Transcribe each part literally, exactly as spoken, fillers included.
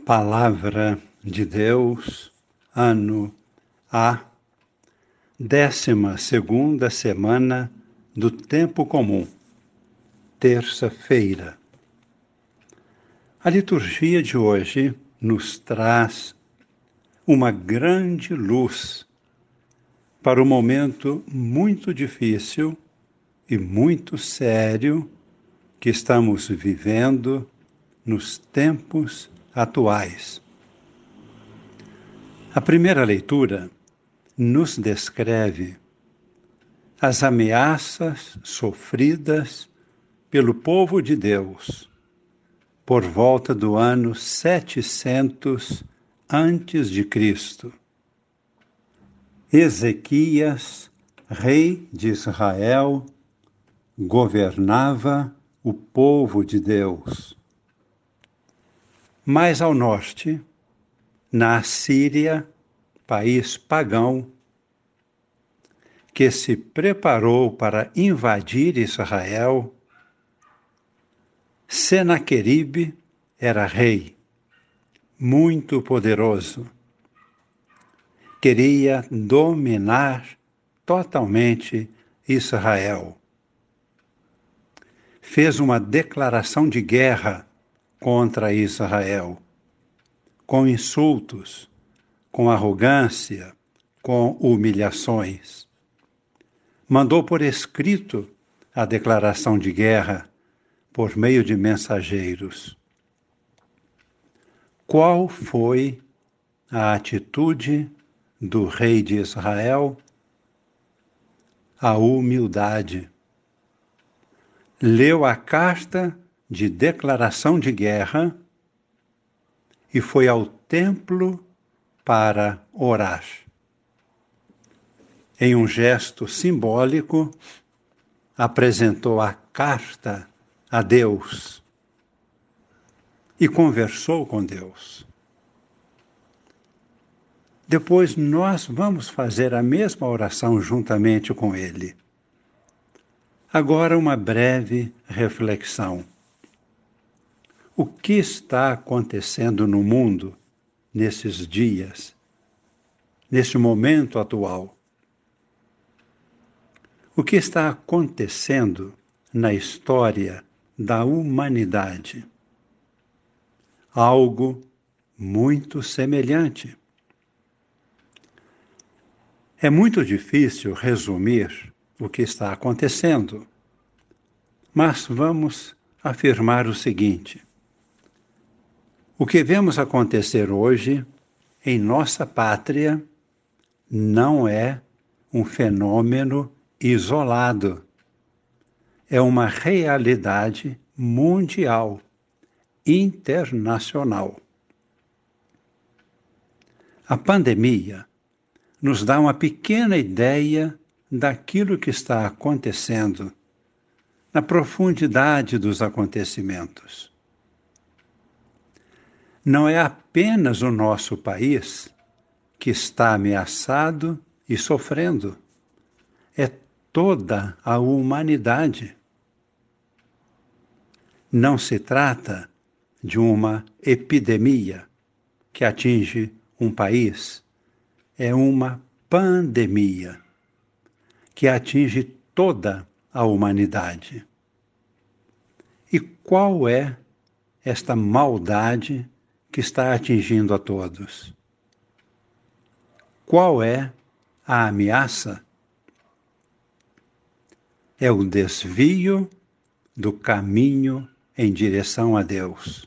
Palavra de Deus, ano A, décima segunda semana do Tempo Comum, terça-feira. A liturgia de hoje nos traz uma grande luz para o momento muito difícil e muito sério que estamos vivendo nos tempos atuais. A primeira leitura nos descreve as ameaças sofridas pelo povo de Deus por volta do ano setecentos antes de Cristo. Ezequias, rei de Israel, governava o povo de Deus. Mais ao norte, na Assíria, país pagão, que se preparou para invadir Israel, Senaqueribe era rei, muito poderoso. Queria dominar totalmente Israel. Fez uma declaração de guerra contra Israel, com insultos, com arrogância, com humilhações. Mandou por escrito a declaração de guerra por meio de mensageiros. Qual foi a atitude do rei de Israel? A humildade. Leu a carta de declaração de guerra e foi ao templo para orar. Em um gesto simbólico, apresentou a carta a Deus e conversou com Deus. Depois nós vamos fazer a mesma oração juntamente com ele. Agora uma breve reflexão. O que está acontecendo no mundo nesses dias, neste momento atual? O que está acontecendo na história da humanidade? Algo muito semelhante. É muito difícil resumir o que está acontecendo, mas vamos afirmar o seguinte: o que vemos acontecer hoje em nossa pátria não é um fenômeno isolado. É uma realidade mundial, internacional. A pandemia nos dá uma pequena ideia daquilo que está acontecendo na profundidade dos acontecimentos. Não é apenas o nosso país que está ameaçado e sofrendo. É toda a humanidade. Não se trata de uma epidemia que atinge um país. É uma pandemia que atinge toda a humanidade. E qual é esta maldade que está atingindo a todos? Qual é a ameaça? É o desvio do caminho em direção a Deus.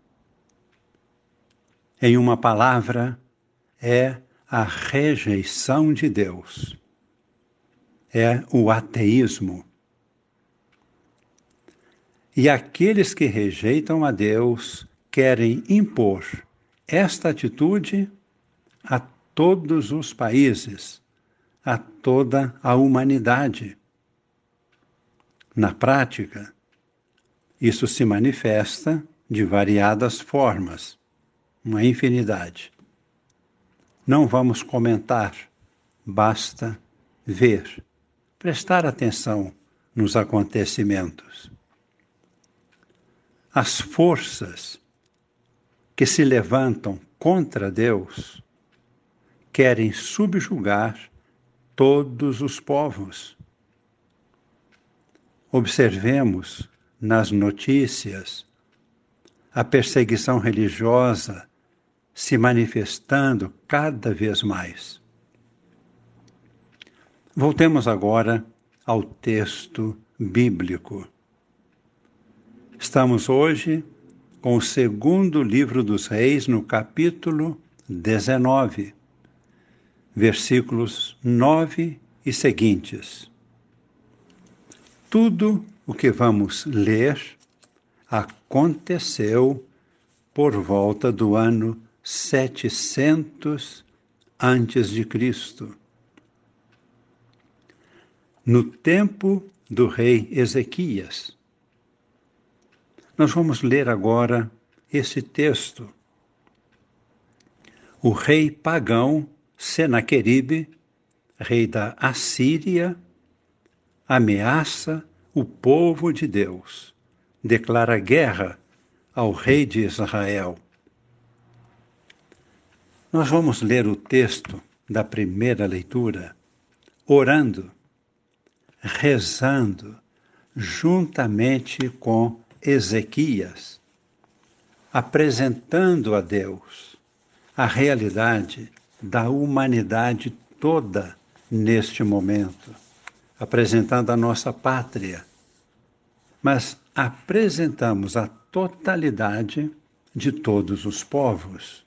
Em uma palavra, é a rejeição de Deus. É o ateísmo. E aqueles que rejeitam a Deus querem impor esta atitude a todos os países, a toda a humanidade. Na prática, isso se manifesta de variadas formas, uma infinidade. Não vamos comentar, basta ver, prestar atenção nos acontecimentos. As forças que se levantam contra Deus querem subjugar todos os povos. Observemos nas notícias a perseguição religiosa se manifestando cada vez mais. Voltemos agora ao texto bíblico. Estamos hoje com o segundo livro dos Reis, no capítulo dezenove, versículos nove e seguintes. Tudo o que vamos ler aconteceu por volta do ano setecentos antes de Cristo. No tempo do rei Ezequias. Nós vamos ler agora esse texto. O rei pagão Senaqueribe, rei da Assíria, ameaça o povo de Deus, declara guerra ao rei de Israel. Nós vamos ler o texto da primeira leitura, orando, rezando, juntamente com Ezequias, apresentando a Deus a realidade da humanidade toda neste momento, apresentando a nossa pátria, mas apresentamos a totalidade de todos os povos.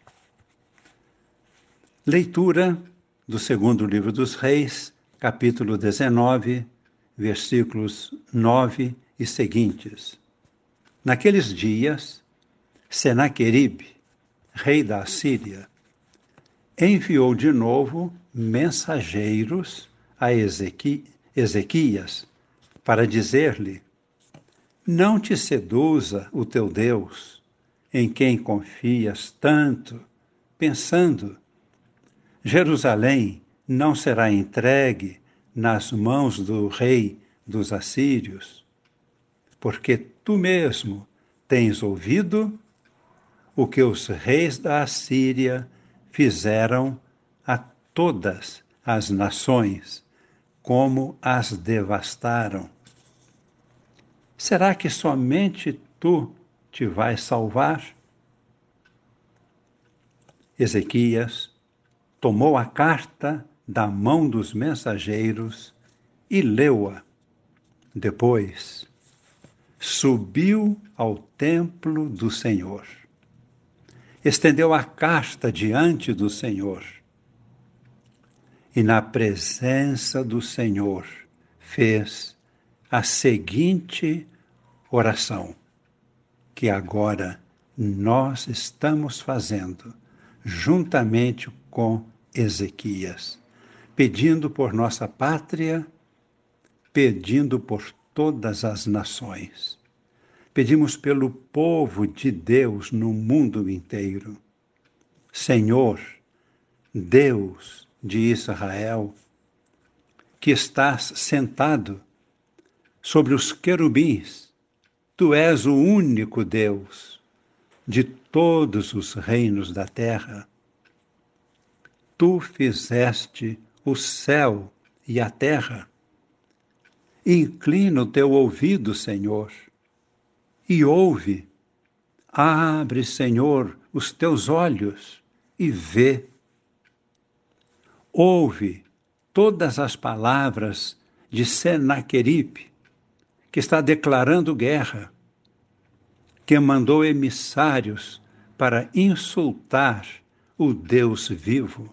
Leitura do segundo livro dos Reis, capítulo dezenove, versículos nove e seguintes. Naqueles dias, Senaqueribe, rei da Assíria, enviou de novo mensageiros a Ezequi- Ezequias para dizer-lhe: não te seduza o teu Deus, em quem confias tanto, pensando: Jerusalém não será entregue nas mãos do rei dos assírios, porque tu mesmo tens ouvido o que os reis da Assíria fizeram a todas as nações, como as devastaram. Será que somente tu te vais salvar? Ezequias tomou a carta da mão dos mensageiros e leu-a. Depois, subiu ao templo do Senhor. Estendeu a carta diante do Senhor. E na presença do Senhor fez a seguinte oração, que agora nós estamos fazendo, juntamente com Ezequias, pedindo por nossa pátria, pedindo por todas as nações. Pedimos pelo povo de Deus no mundo inteiro. Senhor, Deus de Israel, que estás sentado sobre os querubins, tu és o único Deus de todos os reinos da terra. Tu fizeste o céu e a terra. Inclina o teu ouvido, Senhor, e ouve. Abre, Senhor, os teus olhos e vê. Ouve todas as palavras de Senaqueribe, que está declarando guerra, que mandou emissários para insultar o Deus vivo.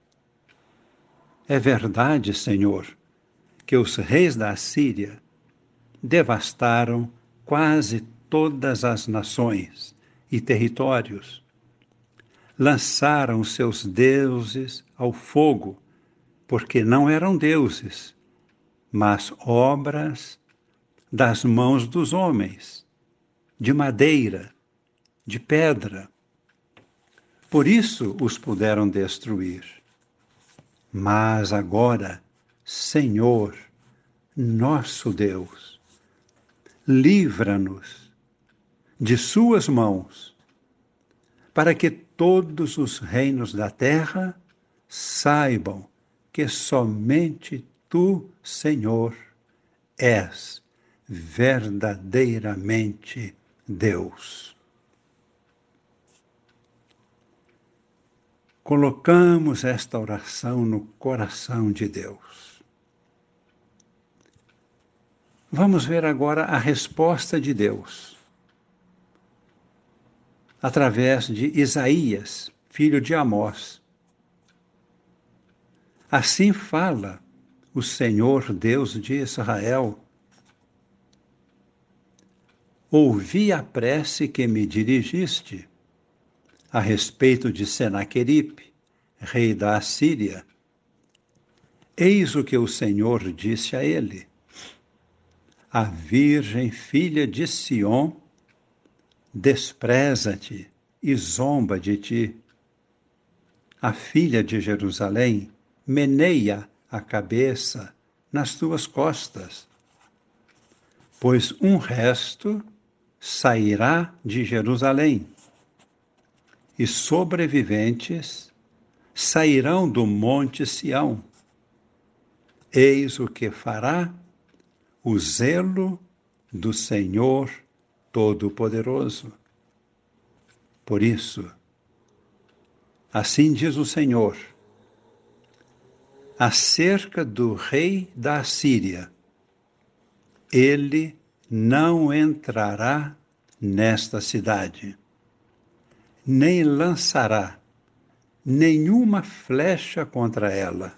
É verdade, Senhor, que os reis da Assíria devastaram quase todas as nações e territórios. Lançaram seus deuses ao fogo, porque não eram deuses, mas obras das mãos dos homens, de madeira, de pedra. Por isso os puderam destruir. Mas agora, Senhor, nosso Deus, livra-nos de suas mãos, para que todos os reinos da terra saibam que somente tu, Senhor, és verdadeiramente Deus. Colocamos esta oração no coração de Deus. Vamos ver agora a resposta de Deus, através de Isaías, filho de Amós. Assim fala o Senhor Deus de Israel: ouvi a prece que me dirigiste a respeito de Senaqueribe, rei da Assíria. Eis o que o Senhor disse a ele: a virgem filha de Siom despreza-te e zomba de ti. A filha de Jerusalém meneia a cabeça nas tuas costas, pois um resto sairá de Jerusalém, e sobreviventes sairão do monte Sião. Eis o que fará o zelo do Senhor Todo-Poderoso. Por isso, assim diz o Senhor, acerca do rei da Assíria: ele não entrará nesta cidade, nem lançará nenhuma flecha contra ela,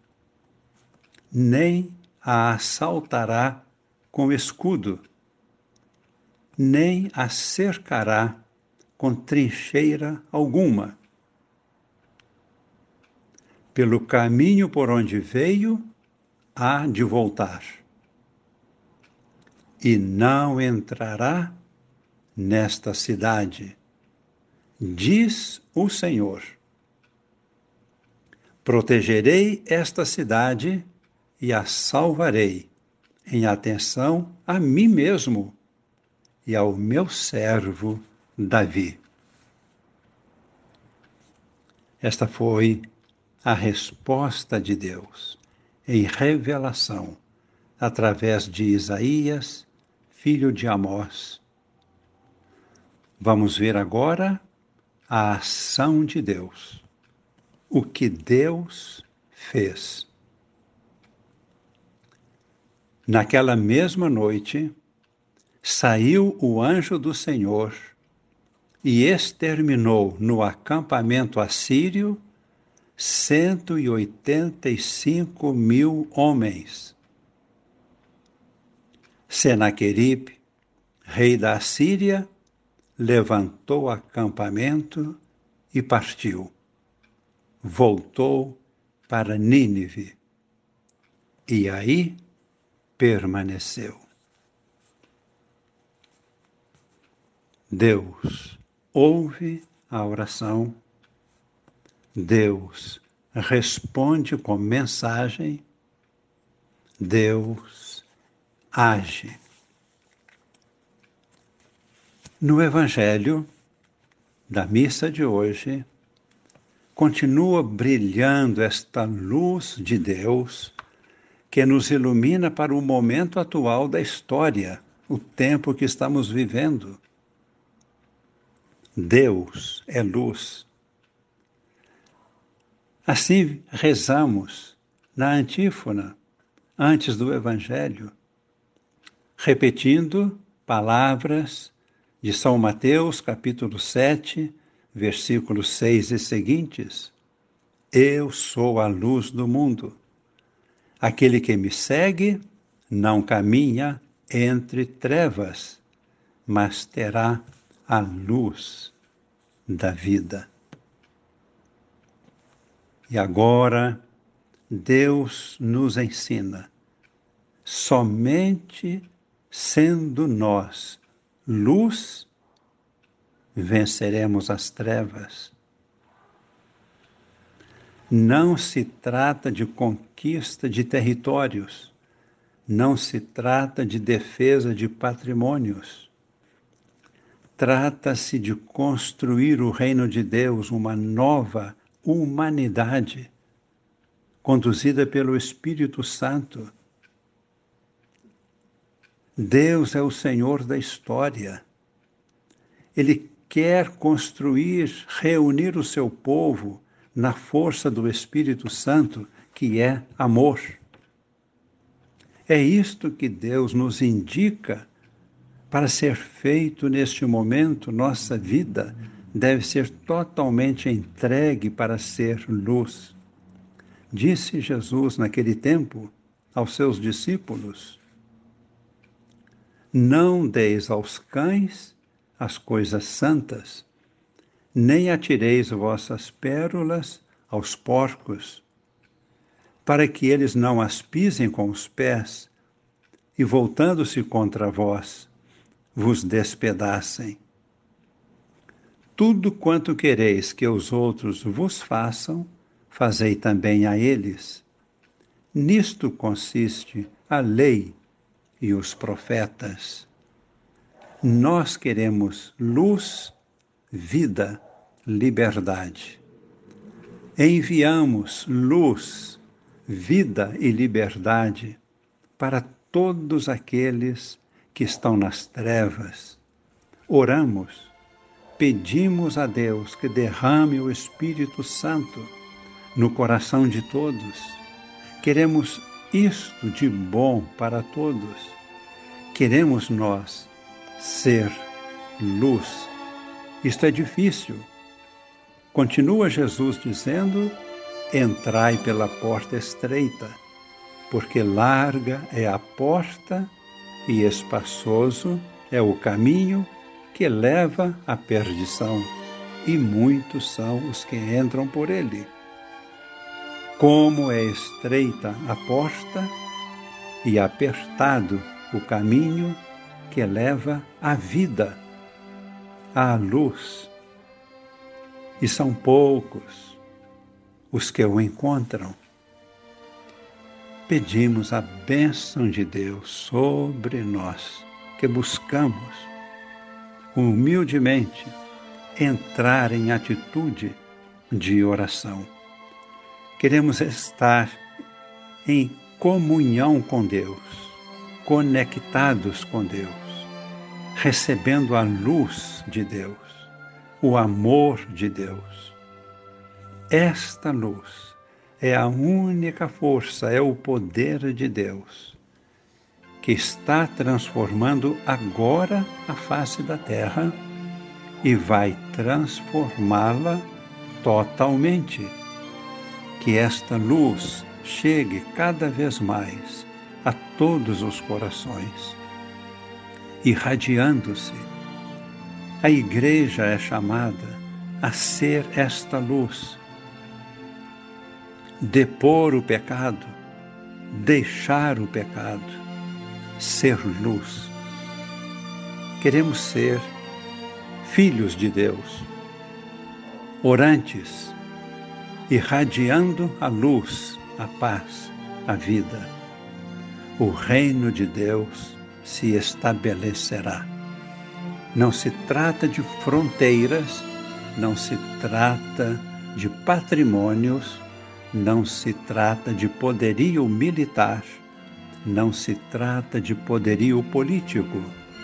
nem a assaltará com escudo, nem a cercará com trincheira alguma. Pelo caminho por onde veio, há de voltar, e não entrará nesta cidade, diz o Senhor. Protegerei esta cidade e a salvarei, em atenção a mim mesmo e ao meu servo Davi. Esta foi a resposta de Deus em revelação, através de Isaías, filho de Amós. Vamos ver agora a ação de Deus, o que Deus fez. Naquela mesma noite, saiu o anjo do Senhor e exterminou no acampamento assírio cento e oitenta e cinco mil homens. Senaqueribe, rei da Assíria, levantou acampamento e partiu. Voltou para Nínive e aí permaneceu. Deus ouve a oração, Deus responde com mensagem, Deus age. No Evangelho da missa de hoje, continua brilhando esta luz de Deus que nos ilumina para o momento atual da história, o tempo que estamos vivendo. Deus é luz. Assim rezamos na antífona, antes do Evangelho, repetindo palavras de São Mateus, capítulo sete, versículos seis e seguintes. Eu sou a luz do mundo. Aquele que me segue não caminha entre trevas, mas terá a luz da vida. E agora, Deus nos ensina, somente sendo nós luz, venceremos as trevas. Não se trata de conquista de territórios, não se trata de defesa de patrimônios. Trata-se de construir o reino de Deus, uma nova humanidade, conduzida pelo Espírito Santo. Deus é o Senhor da história. Ele quer construir, reunir o seu povo na força do Espírito Santo, que é amor. É isto que Deus nos indica para ser feito neste momento. Nossa vida deve ser totalmente entregue para ser luz. Disse Jesus naquele tempo aos seus discípulos: não deis aos cães as coisas santas, nem atireis vossas pérolas aos porcos, para que eles não as pisem com os pés e, voltando-se contra vós, vos despedacem. Tudo quanto quereis que os outros vos façam, fazei também a eles. Nisto consiste a lei e os profetas. Nós queremos luz, vida, liberdade. Enviamos luz, vida e liberdade para todos aqueles que estão nas trevas. Oramos, pedimos a Deus que derrame o Espírito Santo no coração de todos. Queremos isto de bom para todos. Queremos nós ser luz. Isto é difícil. Continua Jesus dizendo: entrai pela porta estreita, porque larga é a porta e espaçoso é o caminho que leva à perdição, e muitos são os que entram por ele. Como é estreita a porta e apertado o caminho que leva à vida, à luz, e são poucos os que o encontram. Pedimos a bênção de Deus sobre nós, que buscamos humildemente entrar em atitude de oração. Queremos estar em comunhão com Deus, conectados com Deus, recebendo a luz de Deus, o amor de Deus. Esta luz é a única força, é o poder de Deus, que está transformando agora a face da terra e vai transformá-la totalmente. Que esta luz chegue cada vez mais a todos os corações, irradiando-se. A igreja é chamada a ser esta luz, depor o pecado, deixar o pecado, ser luz. Queremos ser filhos de Deus, orantes, irradiando a luz, a paz, a vida. O reino de Deus se estabelecerá. Não se trata de fronteiras, não se trata de patrimônios, não se trata de poderio militar, não se trata de poderio político.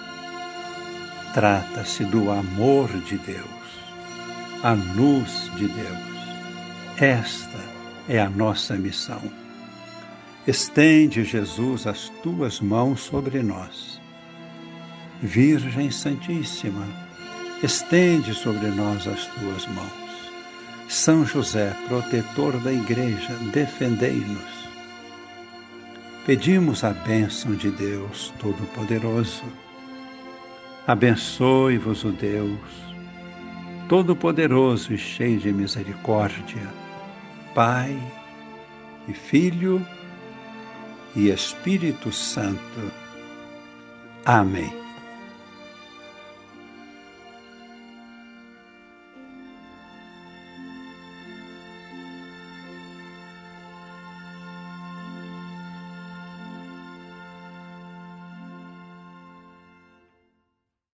Trata-se do amor de Deus, a luz de Deus. Esta é a nossa missão. Estende, Jesus, as tuas mãos sobre nós. Virgem Santíssima, estende sobre nós as tuas mãos. São José, protetor da Igreja, defendei-nos. Pedimos a bênção de Deus Todo-Poderoso. Abençoe-vos o Deus Todo-Poderoso e cheio de misericórdia, Pai e Filho e Espírito Santo. Amém.